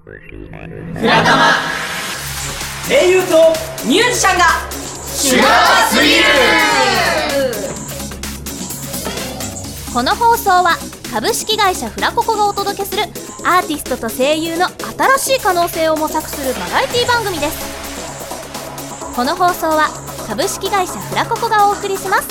フラタマ声優とミュージシャンがシュガーすぎる。 この放送は株式会社フラココがお届けするアーティストと声優の新しい可能性を模索するバラエティ番組です。この放送は株式会社フラココがお送りします。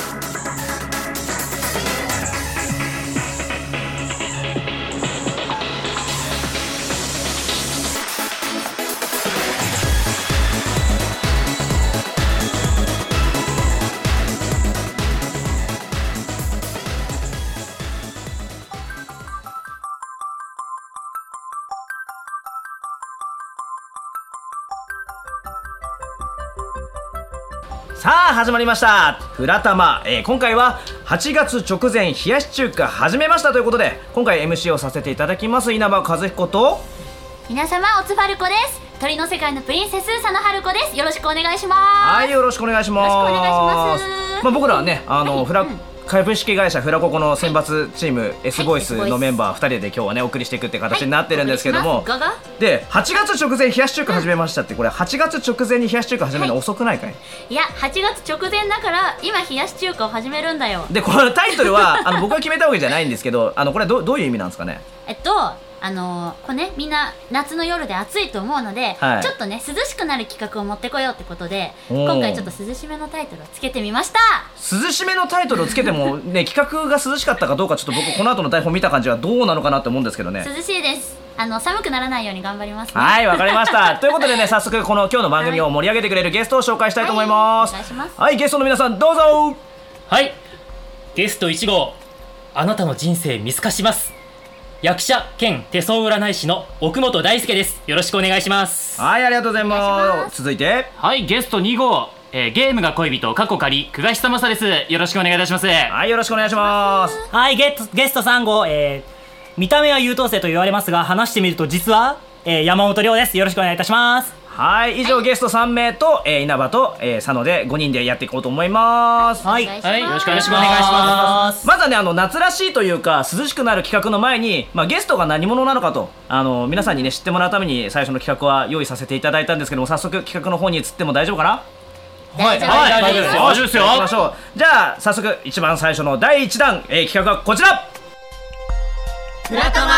さあ始まりましたフラタマ、今回は8月直前冷やし中華始めましたということで、今回 MC をさせていただきます稲葉和彦と、 皆様おつばるこです。鳥の世界のプリンセス佐野春子です。よろしくお願いします。 はい、よろしくお願いします。 よろしくお願いします。 僕らはね株式会社フラココの選抜チーム S ボイスのメンバー2人で今日はねお送りしていくって形になってるんですけども、で8月直前冷やし中華始めましたって、これ8月直前に冷やし中華始めるの遅くないかい？ いや8月直前だから今冷やし中華を始めるんだよ。 でこのタイトルは僕が決めたわけじゃないんですけど、これはどういう意味なんですかね？ これね、みんな夏の夜で暑いと思うので、 はい、 ちょっとね涼しくなる企画を持ってこようってことで、今回ちょっと涼しめのタイトルをつけてみました。 涼しめのタイトルをつけてもね企画が涼しかったかどうかちょっと僕この後の台本見た感じはどうなのかなって思うんですけどね。 涼しいです。寒くならないように頑張りますね。 はい、わかりましたということでね、早速今日の番組を盛り上げてくれるゲストを紹介したいと思います。 はい、お願いします。 はい、ゲストの皆さんどうぞ。 はい、ゲスト1号、あなたの人生見透かします、役者兼手相占い師の奥本大輔です。よろしくお願いします。 はい、ありがとうございます。続いて、 はい、ゲスト2号、ゲームが恋人過去仮久我久正です。よろしくお願いいたします。 はい、よろしくお願いします。 はい、ゲスト3号、見た目は優等生と言われますが話してみると実は、山本涼です。よろしくお願いいたします。 はい、以上、ゲスト3名と、稲葉と、佐野で5人でやっていこうと思います。 はい、 よろしくお願いします。 まずはね、夏らしいというか涼しくなる企画の前に、ゲストが何者なのかと皆さんにね知ってもらうために最初の企画は用意させていただいたんですけども、早速企画の方に移っても大丈夫かな？ 大丈夫大丈夫ですよ。 行きましょう。じゃあ早速一番最初の第1弾、企画はこちら。 フラタマ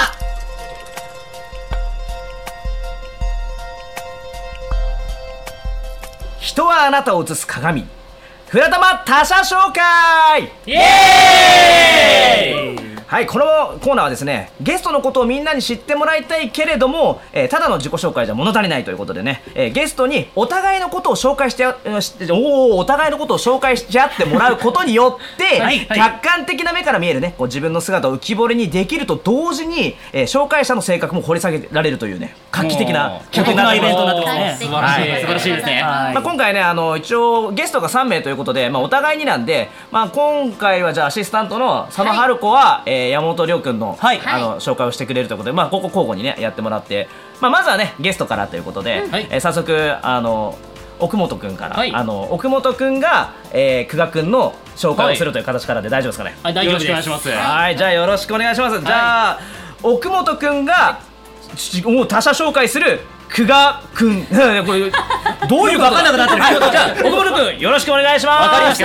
人はあなたを映す鏡、フラタマ他者紹介。 イエーイ。 はい、このコーナーはですね、ゲストのことをみんなに知ってもらいたいけれども、ただの自己紹介じゃ物足りないということでね、ゲストにお互いのことを紹介してお互いのことを紹介し合ってもらうことによって、客観的な目から見えるね、こう自分の姿を浮き彫りにできると同時に、紹介者の性格も掘り下げられるというね、画期的な企画のイベントになってますね。 素晴らしいですね。 今回ね、一応ゲストが3名ということで、お互いになんで、今回はじゃあアシスタントの佐野春子は、山本涼君の、紹介をしてくれるということで、ここ交互にねやってもらって、まずはねゲストからということで、早速奥本君から、奥本君が、久我君の紹介をするという形からで大丈夫ですかね？ はい、大丈夫です。よろしくお願いします。 はい、じゃあよろしくお願いします。じゃあ奥本君が他者紹介する久我君これどういうか分かんなくなってるじゃあ奥本君よろしくお願いします。 わかりました。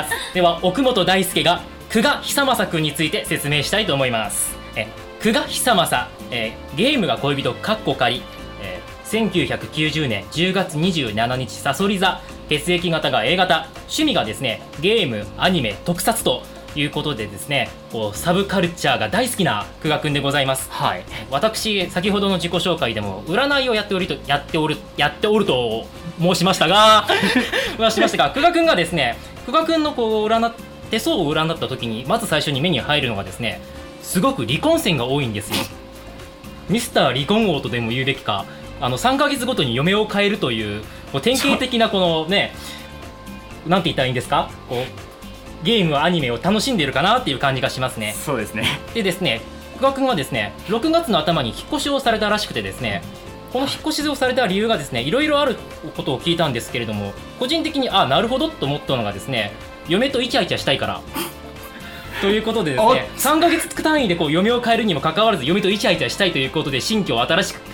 では奥本大輔が久我久正君について説明したいと思います。久我久正、ゲームが恋人かっこ仮、1990年10月27日さそり座、血液型が A 型、趣味がですねゲーム、アニメ、特撮ということでですね、こうサブカルチャーが大好きな久我くんでございます。はい、私先ほどの自己紹介でも占いをやっておると申しましたが久我くんがですね、久我くんのこう手相を占った時にまず最初に目に入るのがですね、すごく離婚線が多いんですよ。ミスター離婚王とでも言うべきか、3ヶ月ごとに嫁を変えるという、こう典型的なこのね、なんて言ったらいいんですか、こうゲームアニメを楽しんでいるかなっていう感じがしますね。 そうですね。 でですね、久我君はですね6月の頭に引っ越しをされたらしくてですね、この引っ越しをされた理由がですねいろいろあることを聞いたんですけれども、個人的になるほどと思ったのがですね、嫁とイチャイチャしたいからということでですね、3ヶ月単位でこう嫁を変えるにもかかわらず嫁とイチャイチャしたいということで新居を新しく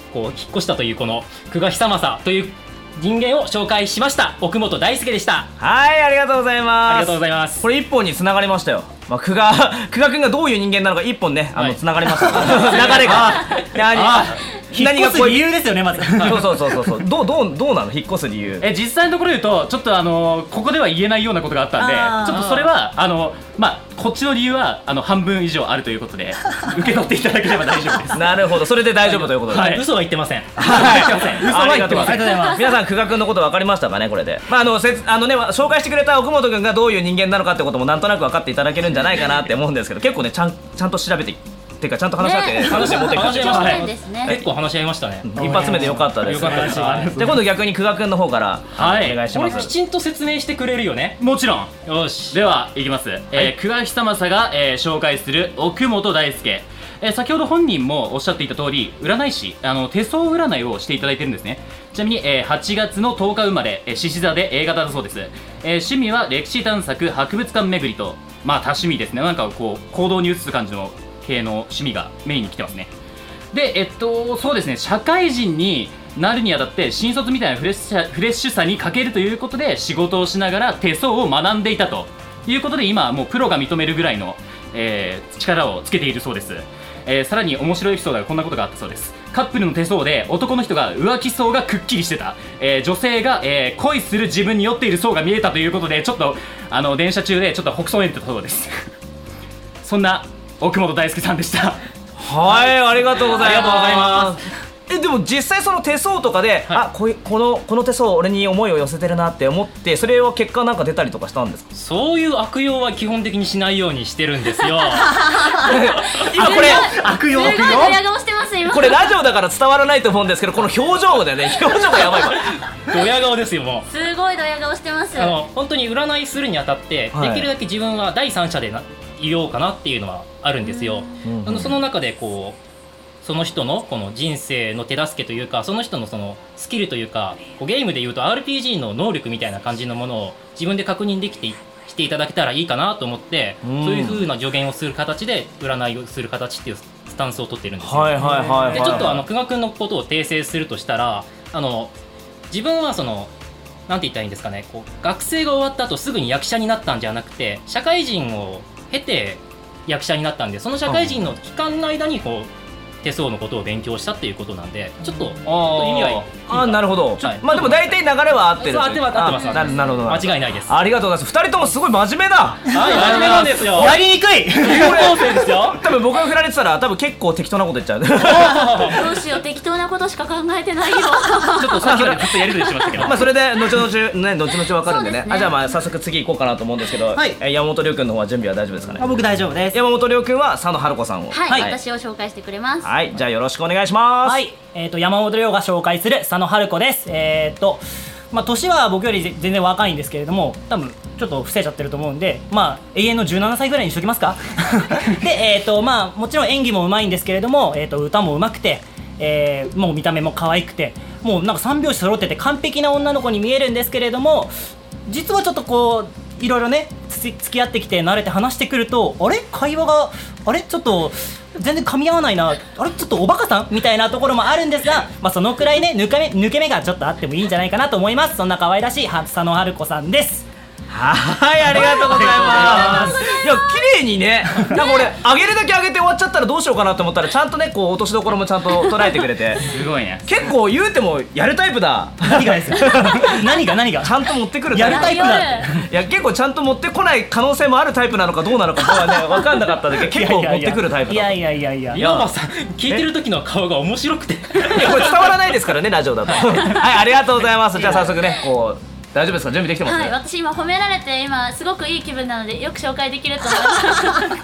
こう引っ越したというこの久我久正という人間を紹介しました。奥本大輔でした。 はい、ありがとうございます。 ありがとうございます。 これ一本に繋がりましたよ。久我君がどういう人間なのか一本ね、繋がりました。流れが。 何がこう理由ですよね、まず。 そうどうなの、引っ越す理由。 実際のところで言うとちょっとここでは言えないようなことがあったんで、ちょっとそれはこっちの理由は半分以上あるということで受け取っていただければ大丈夫です。 なるほど、それで大丈夫ということで、 はい、嘘は言ってません。 嘘は言ってません。皆さん久我君のこと分かりましたかね、これで。紹介してくれた奥本君がどういう人間なのかってこともなんとなく分かっていただけるんじゃないかなって思うんですけど、結構ねちゃんと調べてっていうかちゃんと話し合って話を持ってきた。 結構話し合いましたね。 一発目でよかったです。じゃあ今度逆に久我君の方からお願いします。 これきちんと説明してくれるよね。 もちろん。 よし、 ではいきます。久我久正が紹介する奥本大輔。先ほど本人もおっしゃっていた通り、占い師、手相占いをしていただいてるんですね。ちなみに、8月の10日生まれ、獅子座で A 型だそうです。趣味は歴史探索、博物館巡りと、多趣味ですね。なんかこう行動に移す感じの系の趣味がメインに来てますね。で、そうですね、社会人になるにあたって新卒みたいなフレッシュさに欠けるということで仕事をしながら手相を学んでいたということで、今はもうプロが認めるぐらいの、力をつけているそうです。さらに面白いエピソードがこんなことがあったそうです。カップルの手相で男の人が浮気相がくっきりしてた、女性が、恋する自分に酔っている相が見えたということで、ちょっと電車中でちょっと北総園ってたそうです。そんな奥本大輔さんでした。 はい、ありがとうございます。でも実際その手相とかで、この手相俺に思いを寄せてるなって思って、それは結果なんか出たりとかしたんですか？ そういう悪用は基本的にしないようにしてるんですよ。 今これ悪用すごいドヤ顔してます今。 これラジオだから伝わらないと思うんですけど、この表情だよね。表情がやばいからドヤ顔ですよ。もうすごいドヤ顔してます。 本当に占いするにあたって、できるだけ自分は第三者でいようかなっていうのはあるんですよ。その中でこうその人のこの人生の手助けというか、その人のそのスキルというか、ゲームでいうと RPG の能力みたいな感じのものを自分で確認できてしていただけたらいいかなと思って、そういう風な助言をする形で占いをする形っていうスタンスを取ってるんですよ。でちょっと久我君のことを訂正するとしたら、自分はそのなんて言ったらいいんですかね、こう学生が終わった後すぐに役者になったんじゃなくて、社会人を経て役者になったんで、その社会人の期間の間にこう手相のことを勉強したっていうことなんで、ちょっと意味はなるほど。でも大体流れは合ってる。 合ってます。 なるほど、 間違いないです。 ありがとうございます。2人ともすごい真面目だ。 はい、真面目なんですよ。 やりにくい高校生ですよ。 多分僕が振られてたら多分結構適当なこと言っちゃう。 どうしよう、適当なことしか考えてないよ。 ちょっとさっきまでずっとやりとりしましたけど、 それで後々分かるんでね。じゃあ早速次行こうかなと思うんですけど、山本涼君の方は準備は大丈夫ですかね？ 僕大丈夫です。 山本涼君は佐野春子さんを、 はい、私を紹介してくれます。 はい、じゃあよろしくお願いします。 はい、山本涼が紹介する佐野春子です。年は僕より全然若いんですけれども、多分ちょっと伏せちゃってると思うんで、永遠の17歳ぐらいにしときますか。で、もちろん演技もうまいんですけれども、歌もうまくて、もう見た目も可愛くて、もうなんか3拍子揃ってて完璧な女の子に見えるんですけれども、実はちょっとこういろいろね付き合ってきて慣れて話してくると、会話がちょっと全然噛み合わないな、ちょっとおバカさんみたいなところもあるんですが、そのくらいね抜け目がちょっとあってもいいんじゃないかなと思います。そんな可愛らしい佐野春子さんです。 はい、ありがとうございます。いや、綺麗にね、なんか俺上げるだけ上げて終わっちゃったらどうしようかなと思ったら、ちゃんとねこう落としどころもちゃんと捉えてくれてすごいね。 結構言うてもやるタイプだ。 何がです何がちゃんと持ってくるやるタイプだ。 いや、結構ちゃんと持ってこない可能性もあるタイプなのかどうなのか僕はね分かんなかったんで、結構持ってくるタイプだ。 いや岩間さん聞いてる時の顔が面白くて、 これ伝わらないですからね、ラジオだと。はい、ありがとうございます。じゃあ早速ねこう大丈夫ですか？準備できてますね。 はい、私今褒められて今すごくいい気分なのでよく紹介できると思います。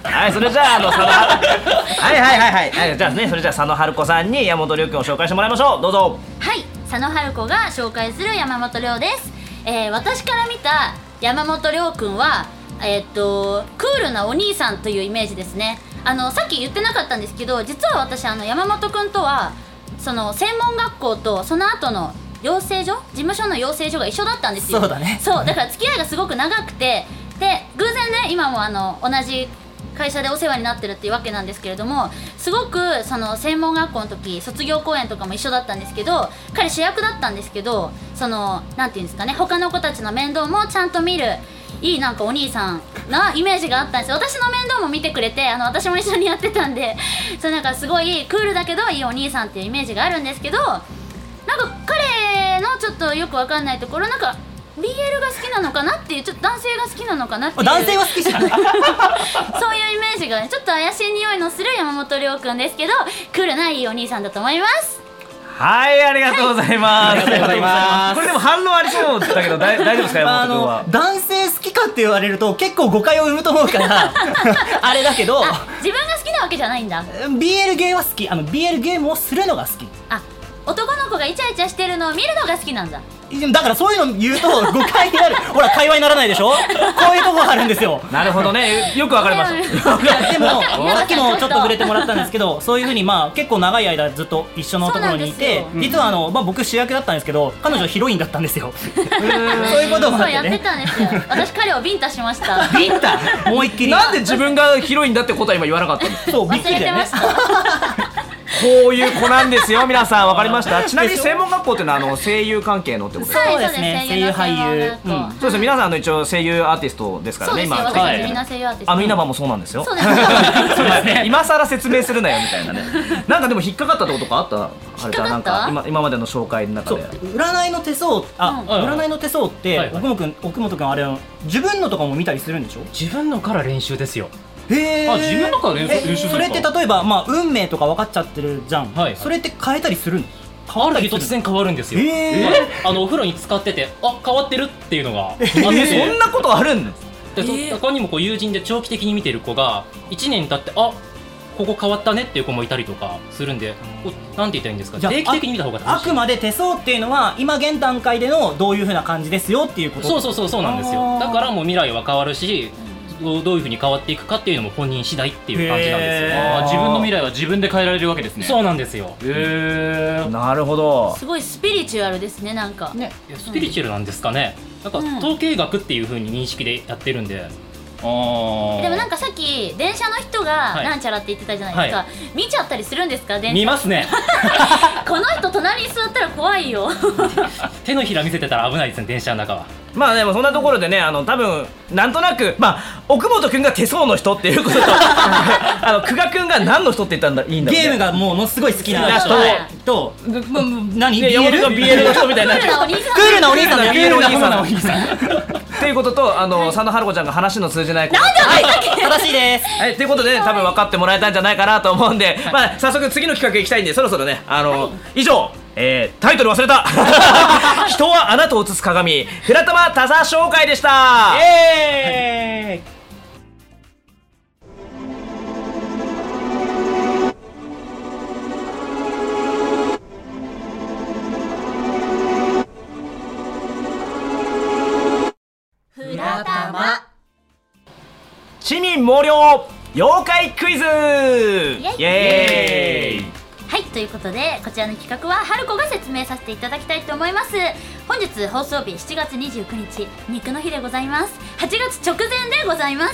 はい、それじゃあ佐野はいじゃあね、それじゃあ佐野春子さんに山本涼君を紹介してもらいましょう。どうぞ。 はい、佐野春子が紹介する山本涼です。私から見た山本涼君はクールなお兄さんというイメージですね。さっき言ってなかったんですけど、実は私山本君とはその専門学校とその後の養成所、事務所の養成所が一緒だったんですよ。 そうだね。 そうだから付き合いがすごく長くて、で偶然ね今も同じ会社でお世話になってるっていうわけなんですけれども、すごくその専門学校の時卒業公演とかも一緒だったんですけど、彼主役だったんですけど、そのなんていうんですかね、他の子たちの面倒もちゃんと見るいいなんかお兄さんなイメージがあったんですよ。私の面倒も見てくれて、私も一緒にやってたんで、そうなんかすごいクールだけどいいお兄さんっていうイメージがあるんですけど、なんか彼のちょっとよくわかんないところ、なんか BL が好きなのかなっていう、ちょっと男性が好きなのかなっていう、 男性は好きじゃないそういうイメージがね、ちょっと怪しい匂いのする山本涼くんですけど、クールないいお兄さんだと思います。 はい、ありがとうございます。 ありがとうございます。 これでも反応ありそうだけど大丈夫ですか、山本君は。 男性好きかって言われると結構誤解を生むと思うからあれだけど、 自分が好きなわけじゃないんだ。 BL ゲーは好き。BL ゲームをするのが好き。 男の子がイチャイチャしてるのを見るのが好きなんだ。 だからそういうの言うと誤解になるほら会話にならないでしょ。こういうとこがあるんですよ。 なるほどね、よくわかりましたでもさっきもちょっと触れてもらったんですけど、そういうふうに結構長い間ずっと一緒のところにいて、実は僕主役だったんですけど、彼女ヒロインだったんですよ。そういうこともあってね。 そうやってたんですよ。私彼をビンタしました。 ビンタもう一気に。 なんで自分がヒロインだってことは今言わなかったんですか。 そう、びっくりだよね。 こういう子なんですよ、皆さん。わかりました。ちなみに専門学校っていうのは声優関係のってことですか。 そうですね、声優俳優。 そうですね、皆さん一応声優アーティストですからね、今。 私たちみんな声優アーティスト。 稲葉もそうなんですよ。 そうですね。 今更説明するなよみたいなね。なんかでも引っかかったってことかあった？はるちゃん、なんか今までの紹介の中で。 占いの手相、占いの手相って奥本君あれ自分のとかも見たりするんでしょ？ 自分のから練習ですよ。 へー。 自分のから練習するんですか？ それって例えば運命とか分かっちゃってるじゃん。それって変えたりするの？ ある日突然変わるんですよ。お風呂に浸かってて、変わってるっていうのがあって、 そんなことあるんです。 他にも友人で長期的に見てる子が1年経って、ここ変わったねっていう子もいたりとかするんで、なんて言ったらいいんですか、定期的に見た方が楽しい。 あくまで手相っていうのは今現段階でのどういう風な感じですよっていうこと。 そうなんですよ。だからもう未来は変わるし、どういう風に変わっていくかっていうのも本人次第っていう感じなんですよ。 自分の未来は自分で変えられるわけですね。 そうなんですよ。 なるほど。 すごいスピリチュアルですね、なんかね。スピリチュアルなんですかね。なんか統計学っていう風に認識でやってるんで。 でもなんかさっき電車の人がなんちゃらって言ってたじゃないですか、見ちゃったりするんですか？電車見ますね。 この人隣に座ったら怖いよ。 手のひら見せてたら危ないですね、電車の中は。 まあでもそんなところでね、多分なんとなく奥本くんが手相の人っていうことと久我くんが何の人って言ったんだいいんだろうね。 ゲームがものすごい好きな人と何 BL の人みたいなクールなお兄さん。 クールなお兄さんだよ。 BL のお兄さんっていうことと、佐野春子ちゃんが話の通じない子。 正しいです。 はい、ということで多分分かってもらえたんじゃないかなと思うんで、早速次の企画いきたいんで、そろそろね以上タイトル忘れた人はあなたを映す鏡、倉玉田沢紹介でした。 倉玉市民毛量妖怪クイズ、イエーイ。 はい、ということでこちらの企画は春子が説明させていただきたいと思います。本日放送日7月29日肉の日でございます。8月直前でございます。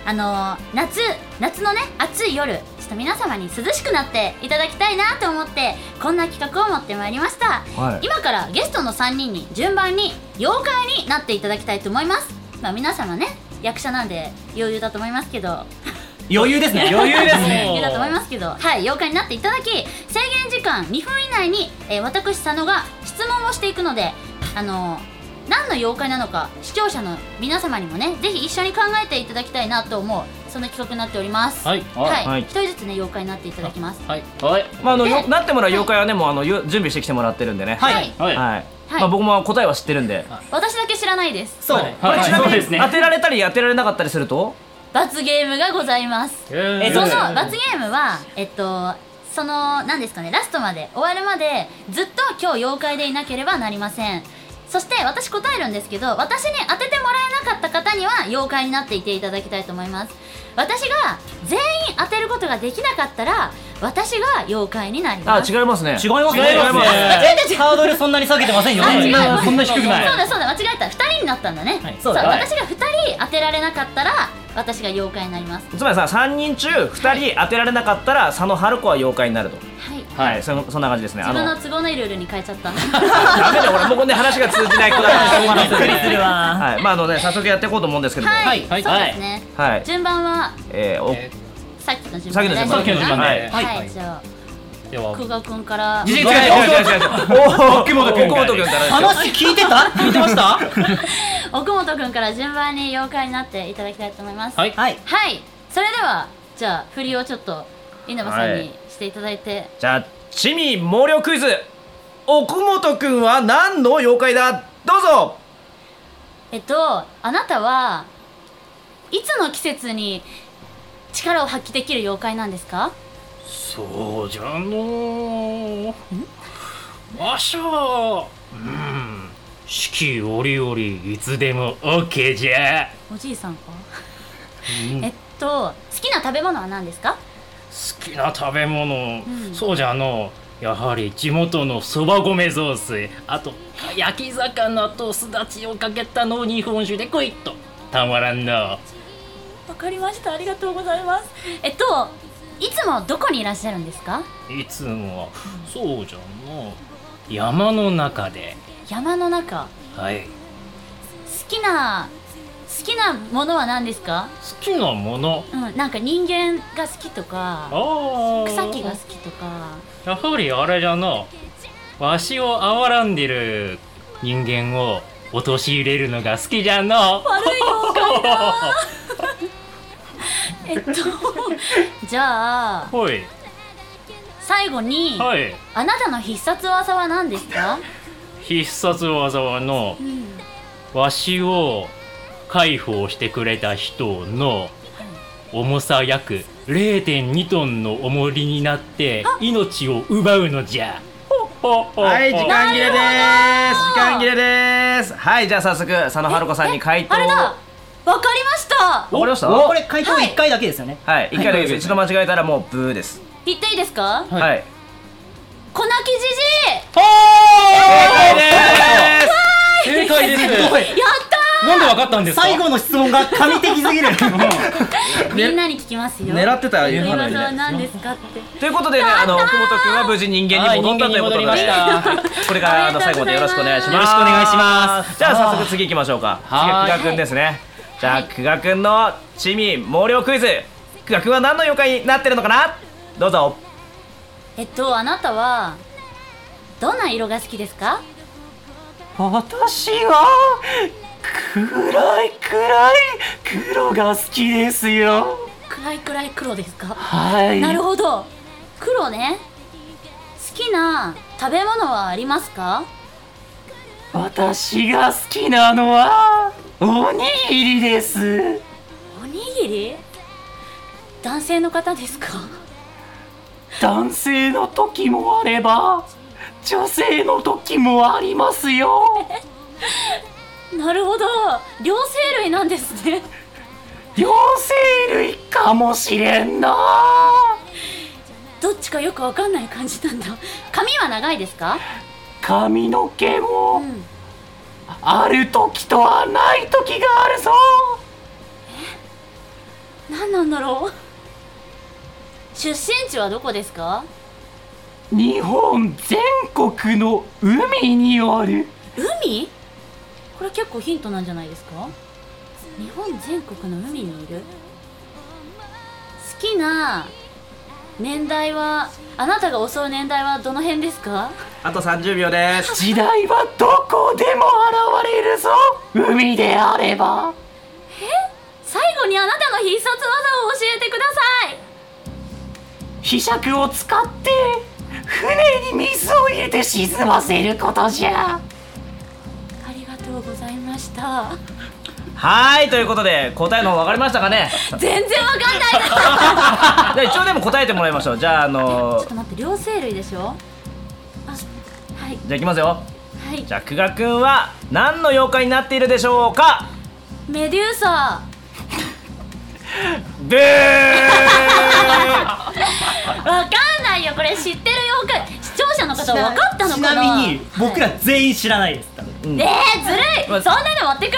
夏のね暑い夜、ちょっと皆様に涼しくなっていただきたいなと思ってこんな企画を持ってまいりました、今からゲストの3人に順番に妖怪になっていただきたいと思います。皆様ね役者なんで余裕だと思いますけど余裕ですね。 余裕だと思いますけど、妖怪になっていただき、制限時間2分以内に、私佐野が質問をしていくので、何の妖怪なのか視聴者の皆様にもねぜひ一緒に考えていただきたいなと思う、そんな企画になっております。一人ずつね妖怪になっていただきます。 なってもらう妖怪はねもう準備してきてもらってるんでね。僕も答えは知ってるんで。 私だけ知らないです。 そう。これちなみに当てられたり当てられなかったりすると罰ゲームがございます。その罰ゲームはその何ですかね、ラストまで終わるまでずっと今日妖怪でいなければなりません。そして私答えるんですけど、私に当ててもらえなかった方には妖怪になっていていただきたいと思います。私が全員当てることができなかったら私が妖怪になります。 違いますね。 違いますね。ハードルそんなに下げてませんよね。 そんな低くない。 そうだ間違えた。2人になったんだね。そう、私が2人当てられなかったら私が妖怪になります。 つまりさ、3人中2人当てられなかったら佐野春子は妖怪になると。 はい、 はい、そんな感じですね。 自分の都合のいいルールに変えちゃったんでダメだよ、俺もうこんな話が通じない子だからびっくりするわ。 はい、まあ早速やっていこうと思うんですけども、 はい、そうですね。 はい、 順番はさっきの順番でさっきの順番で、 はい、じゃあでは久我くんから。 違う奥本くんから話聞いてた？聞いてました？ 奥本くんから順番に妖怪になっていただきたいと思います。 はいはい、それではじゃあ振りをちょっと稲葉さんにしていただいて、 じゃあ地味毛量クイズ、奥本くんは何の妖怪だ？どうぞ。 あなたはいつの季節に力を発揮できる妖怪なんですか？ そうじゃのわしゃ四季折々いつでも OK じゃ。 おじいさんか？好きな食べ物は何ですか？ 好きな食べ物、そうじゃのやはり地元のそば米雑炊、あと焼き魚とすだちをかけたのを日本酒でクイッとたまらんな。 わかりました、ありがとうございます。いつもどこにいらっしゃるんですか？ いつもはそうじゃの山の中で。 山の中。 はい。 好きなものは何ですか？ 好きなもの、 なんか人間が好きとか草木が好きとか。 やはりあれじゃな、わしをあわらんでる人間を陥れるのが好きじゃな。 悪い妖怪だじゃあ、 はい、 最後に、 はい、 あなたの必殺技は何ですか？ 必殺技はの、わしを介抱してくれた人の重さ約 0.2 トンの重りになって命を奪うのじゃ。 はい、時間切れです。はい、じゃあ早速佐野春子さんに回答を。 あれだ、わかりました。 わかりました。 これ回答1回だけですよね。 はい、1回だけです。一度間違えたらもうブーです。 言っていいですか？ はい。 粉木じじい。 正解です。 やったー。 なんでわかったんですか？ 最後の質問が神的すぎる。 みんなに聞きますよ。 狙ってた言い技は何ですかって。 ということでね、奥本くんは無事人間に戻ったということで、これから最後までよろしくお願いします。 よろしくお願いします。 じゃあ早速次行きましょうか。次は久我くんですね。じゃあ久我くんの地味毛量クイズ。久我くんは何の妖怪になってるのかな？どうぞ。 あなたはどんな色が好きですか？ 私は暗い黒が好きですよ。 暗い黒ですか？ はい。 なるほど、黒ね。好きな食べ物はありますか？ 私が好きなのはおにぎりです。 おにぎり？男性の方ですか？ 男性の時もあれば女性の時もありますよ。 なるほど、両生類なんですね。 両生類かもしれんな。 どっちかよくわかんない感じなんだ。髪は長いですか？ 髪の毛も、ある時とはない時があるぞ。 何なんだろう。出身地はどこですか？ 日本全国の海におる。 海？これ結構ヒントなんじゃないですか？日本全国の海にいる。好きな年代は、あなたが襲う年代はどの辺ですか？ あと30秒です。 時代はどこでも現れるぞ、海であれば。 最後にあなたの必殺技を教えてください。 ひしゃくを使って船に水を入れて沈ませることじゃ。 ありがとうございました。 はい、ということで答えの方分かりましたかね？ 全然わかんないな。 じゃあ一応でも答えてもらいましょう。じゃあちょっと待って、両生類でしょ。あ、はい。 じゃあいきますよ。 はい。 じゃあ久我くんは何の妖怪になっているでしょうか？ メデューサ。 ブー。 わかんないよ、これ知ってる妖怪。視聴者の方は分かったのかな？ ちなみに僕ら全員知らないです。 ずるい、そんなの持ってくる？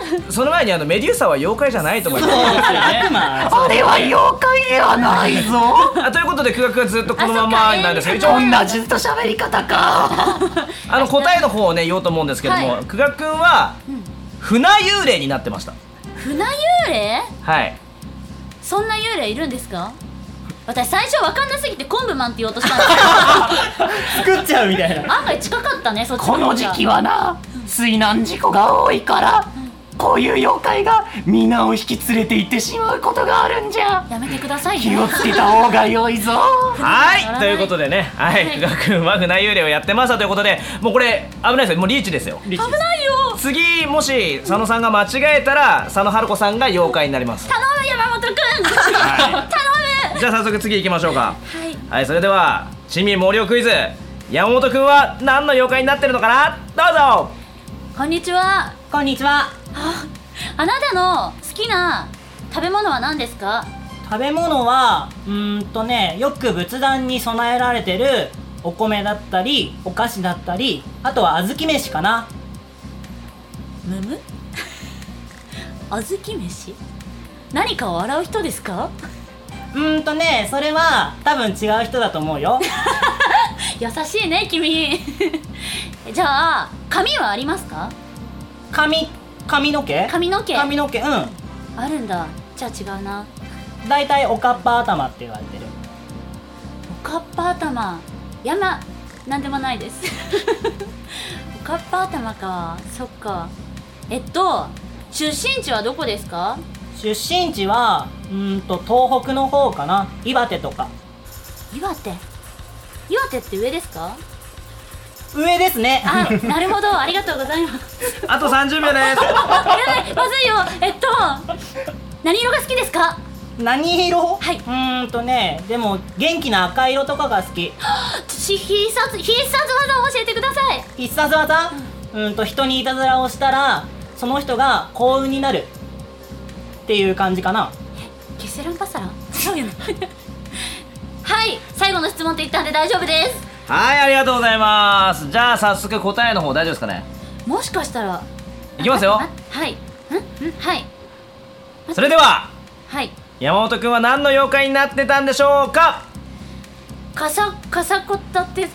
その前にメデューサは妖怪じゃないと思います。 悪魔。 あれは妖怪ではないぞ。 ということで久我君はずっとこのままなんですけど、一応同じと喋り方か。 答えの方をね言おうと思うんですけども、久我君は船幽霊になってました。 船幽霊？ はい。 そんな幽霊いるんですか？私最初分かんなすぎてコンブマンって言おうとしたんですけ作っちゃうみたいな。 ど案外近かったね、そっちこの時期はな、水難事故が多いから、こういう妖怪が皆を引き連れて行ってしまうことがあるんじゃ。 やめてくださいね。 気をつけた方が良いぞ。 はい、ということでね、久我君は船幽霊をやってましたということで、もうこれ危ないですよ、もうリーチですよ。 危ないよ。 次もし佐野さんが間違えたら佐野春子さんが妖怪になります。 頼む山本くん。頼む。 じゃあ早速次行きましょうか。 はい。 はい、それでは市民毛量クイズ、山本くんは何の妖怪になってるのかな。どうぞ。 こんにちは。 こんにちは。 あなたの好きな食べ物は何ですか？ 食べ物はよく仏壇に備えられてるお米だったりお菓子だったり、あとは小豆飯かな。 むむ小豆飯？何かを洗う人ですか？ それは多分違う人だと思うよ。 優しいね君。じゃあ髪はありますか？ 髪の毛髪の毛あるんだ。じゃあ違うな。 だいたいおかっぱ頭って言われてる。 おかっぱ頭。なんでもないです。おかっぱ頭か。そっか。出身地はどこですか？ 出身地は東北の方かな。岩手とか。 岩手って上ですか？ 上ですね。 あ、なるほど、ありがとうございます。 あと30秒です。 やばい、まずいよ。何色が好きですか？ 何色？ はい。 でも元気な赤色とかが好き。 必殺技を教えてください。 必殺技？人にいたずらをしたらその人が幸運になるっていう感じかな。 ケセランパサラ？違うよね。はい、最後の質問って言ったんで大丈夫です。 はい、ありがとうございます。じゃあ早速答えの方大丈夫ですかね。 もしかしたらいきますよ。 はい。はい。 それでははい。 山本くんは何の妖怪になってたんでしょうか。 かさこたて。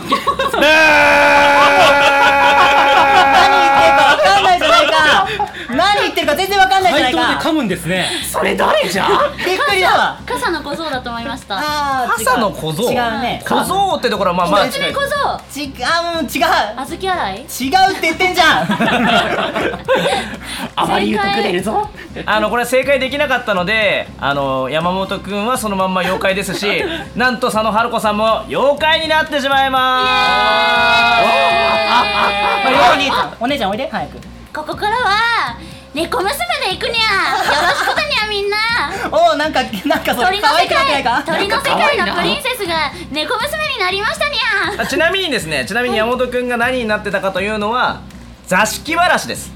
何言ってるか全然わかんないじゃないか。 回答で噛むんですね。 それ誰じゃ？ びっくりだわ。 傘の小僧だと思いました。 傘の小僧？ 違うね。 小僧ってところはまあ一目小僧。 違う。 小豆洗い？ 違うって言ってんじゃん。 あまり言うとくれるぞ。 これ正解できなかったので、山本くんはそのまんま妖怪ですし、なんと佐野春子さんも妖怪になってしまいまーす。お姉ちゃんおいで早く。 ここからは猫娘で行くにゃ。よろしくだにゃみんな。 おお、なんかそれ可愛くなってないか？ 鳥の世界のプリンセスが猫娘になりましたにゃ。 ちなみに山本くんが何になってたかというのは座敷わらしです。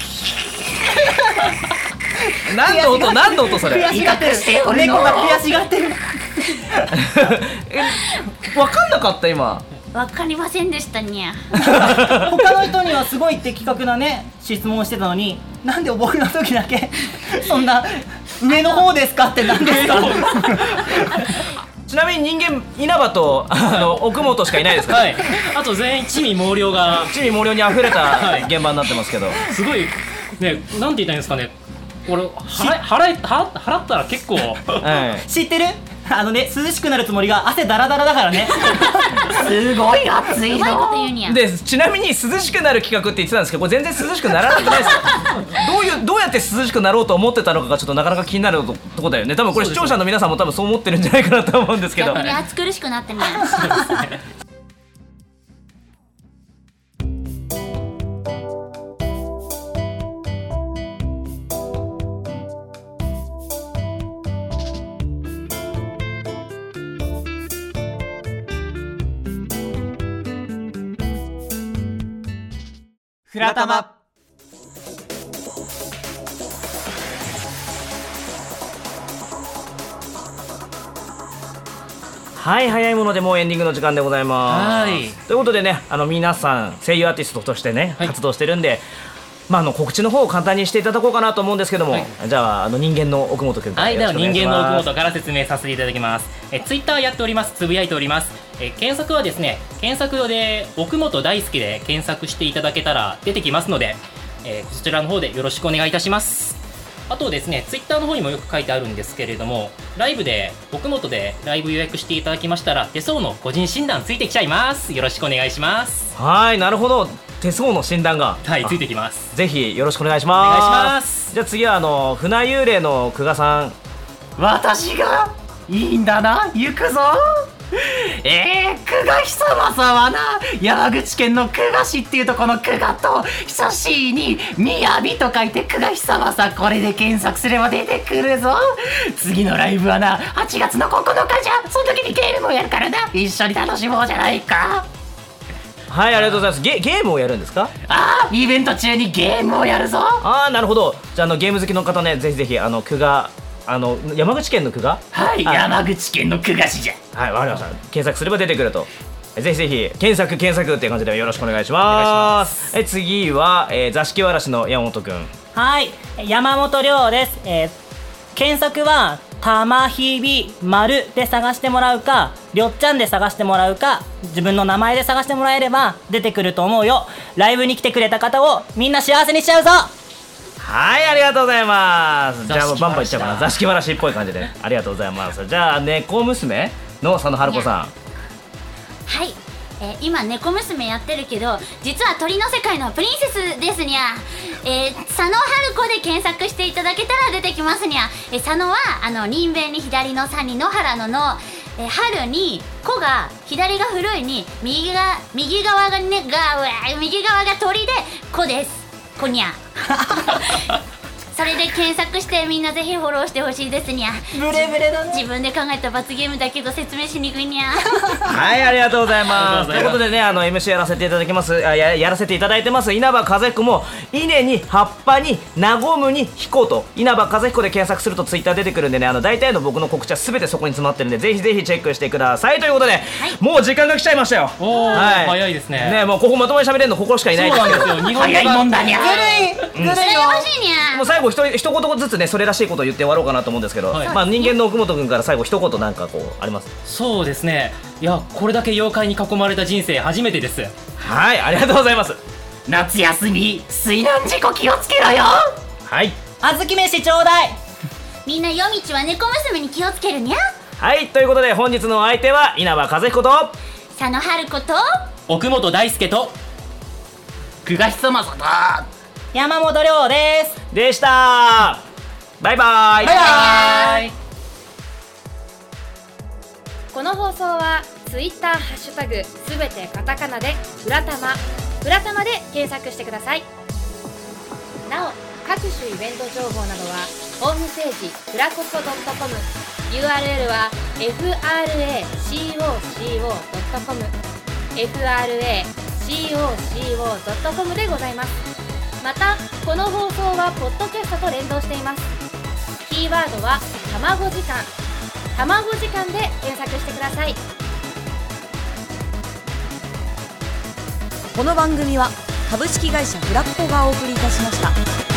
何の音それ。 悔しがってる。猫が悔しがってる。 分かんなかった今。 わかりませんでしたにゃ。 他の人にはすごい的確なね質問してたのに、なんで僕の時だけそんな上の方ですかって何ですか？ ちなみに人間稲葉と奥本しかいないですから、 はい。あと全員地味毛量が地味毛量にあふれた現場になってますけど、 すごいね、なんて言ったらいいんですかね。これ払ったら結構知ってる？涼しくなるつもりが汗ダラダラだからね。 すごい暑いうまいことぞ。 言うにゃ。 でちなみに涼しくなる企画って言ってたんですけど、これ全然涼しくならなくないですよ。どうやって涼しくなろうと思ってたのかがちょっとなかなか気になるとこだよね。多分これ視聴者の皆さんも多分そう思ってるんじゃないかなと思うんですけど。 逆に暑苦しくなってにゃ。 フラタマ。 はい、早いものでもうエンディングの時間でございます。 はい。 ということでね、皆さん声優アーティストとしてね、 はい活動してるんで、 告知の方を簡単にしていただこうかなと思うんですけども、 はい、 じゃあ人間の奥本くんからはい、では人間の奥本本から説明させていただきます。ツイッターやっております。つぶやいております。検索はですね、検索用で奥本大輔で検索していただけたら出てきますので、そちらの方でよろしくお願いいたします。あとですね、ツイッターの方にもよく書いてあるんですけれども、ライブで奥本でライブ予約していただきましたら手相の個人診断ついてきちゃいます。よろしくお願いします。 はい、なるほど。手相の診断がはい、ついてきます。 ぜひよろしくお願いしお願いします。 ます。 じゃあ次は船幽霊の久我さん。 私がいいんだな、行くぞ。久我久正はな、山口県の久我市っていうとこの久我と久しいに雅と書いて久我久正、これで検索すれば出てくるぞ。次のライブはな、8月の9日じゃ。その時にゲームをやるからな、一緒に楽しもうじゃないか。 はい、ありがとうございます。ゲームをやるんですか？ イベント中にゲームをやるぞ。 なるほど。じゃあゲーム好きの方ね、ぜひぜひ久我山口県の久我、 はい、山口県の久我市じゃ。 はい、わかりました。検索すれば出てくると。ぜひぜひ検索っていう感じでよろしくお願いします。次は、座敷わらしの山本くん。 はい、山本亮です。検索は玉ひび丸で探してもらうか、りょっちゃんで探してもらうか、自分の名前で探してもらえれば出てくると思うよ。ライブに来てくれた方をみんな幸せにしちゃうぞ。 はい、ありがとうございます。じゃあもうバンバンいっちゃうかな。座敷わらしっぽい感じでありがとうございます。じゃあ猫娘の佐野春子さん。 はい、今猫娘やってるけど、実は鳥の世界のプリンセスですにゃ。佐野春子で検索していただけたら出てきますにゃ。佐野は人弁に左の3に野原のの、春に子が左が古いに右側がね右側が鳥で子です。こにゃそれで検索してみんなぜひフォローしてほしいですにゃ。 ブレブレだね。 自分で考えた罰ゲームだけど説明しにくいにゃはい、ありがとうございます。ということでね、MC やらせていただきます、やらせていただいてます稲葉和彦も稲に葉っぱに和むに彦と稲葉和彦で検索するとツイッター出てくるんでね、大体の僕の告知は全てそこに詰まってるんで、ぜひぜひチェックしてください。ということで、もう時間が来ちゃいましたよ。 おー、 はい、 早いですね。 ね、もうここまともに喋れるのここしかいないそうなんですよ。日本早いもんだにゃ。 ずるいよ。 羨ましいにゃ。 もう最後一言ずつね、それらしいことを言って終わろうかなと思うんですけど、 はい、 人間の奥本君から最後一言なんかあります？ そうですね、いや、これだけ妖怪に囲まれた人生初めてです。 はい、ありがとうございます。 夏休み水難事故気をつけろよ。 はい、 あずき飯ちょうだい。 みんな夜道は猫娘に気をつけるにゃ。 はい、ということで本日のお相手は稲葉和彦と佐野春子と奥本大輔と久我久正と山本亮ですでした。バイバイ。 バイバイ。 この放送はツイッターハッシュタグすべてカタカナでフラタマで検索してください。なお各種イベント情報などはホームページフラココ .com、 URL は fracoco.com fracoco.com でございます。またこの放送はポッドキャストと連動しています。キーワードは卵時間で検索してください。 この番組は株式会社フラッコがお送りいたしました。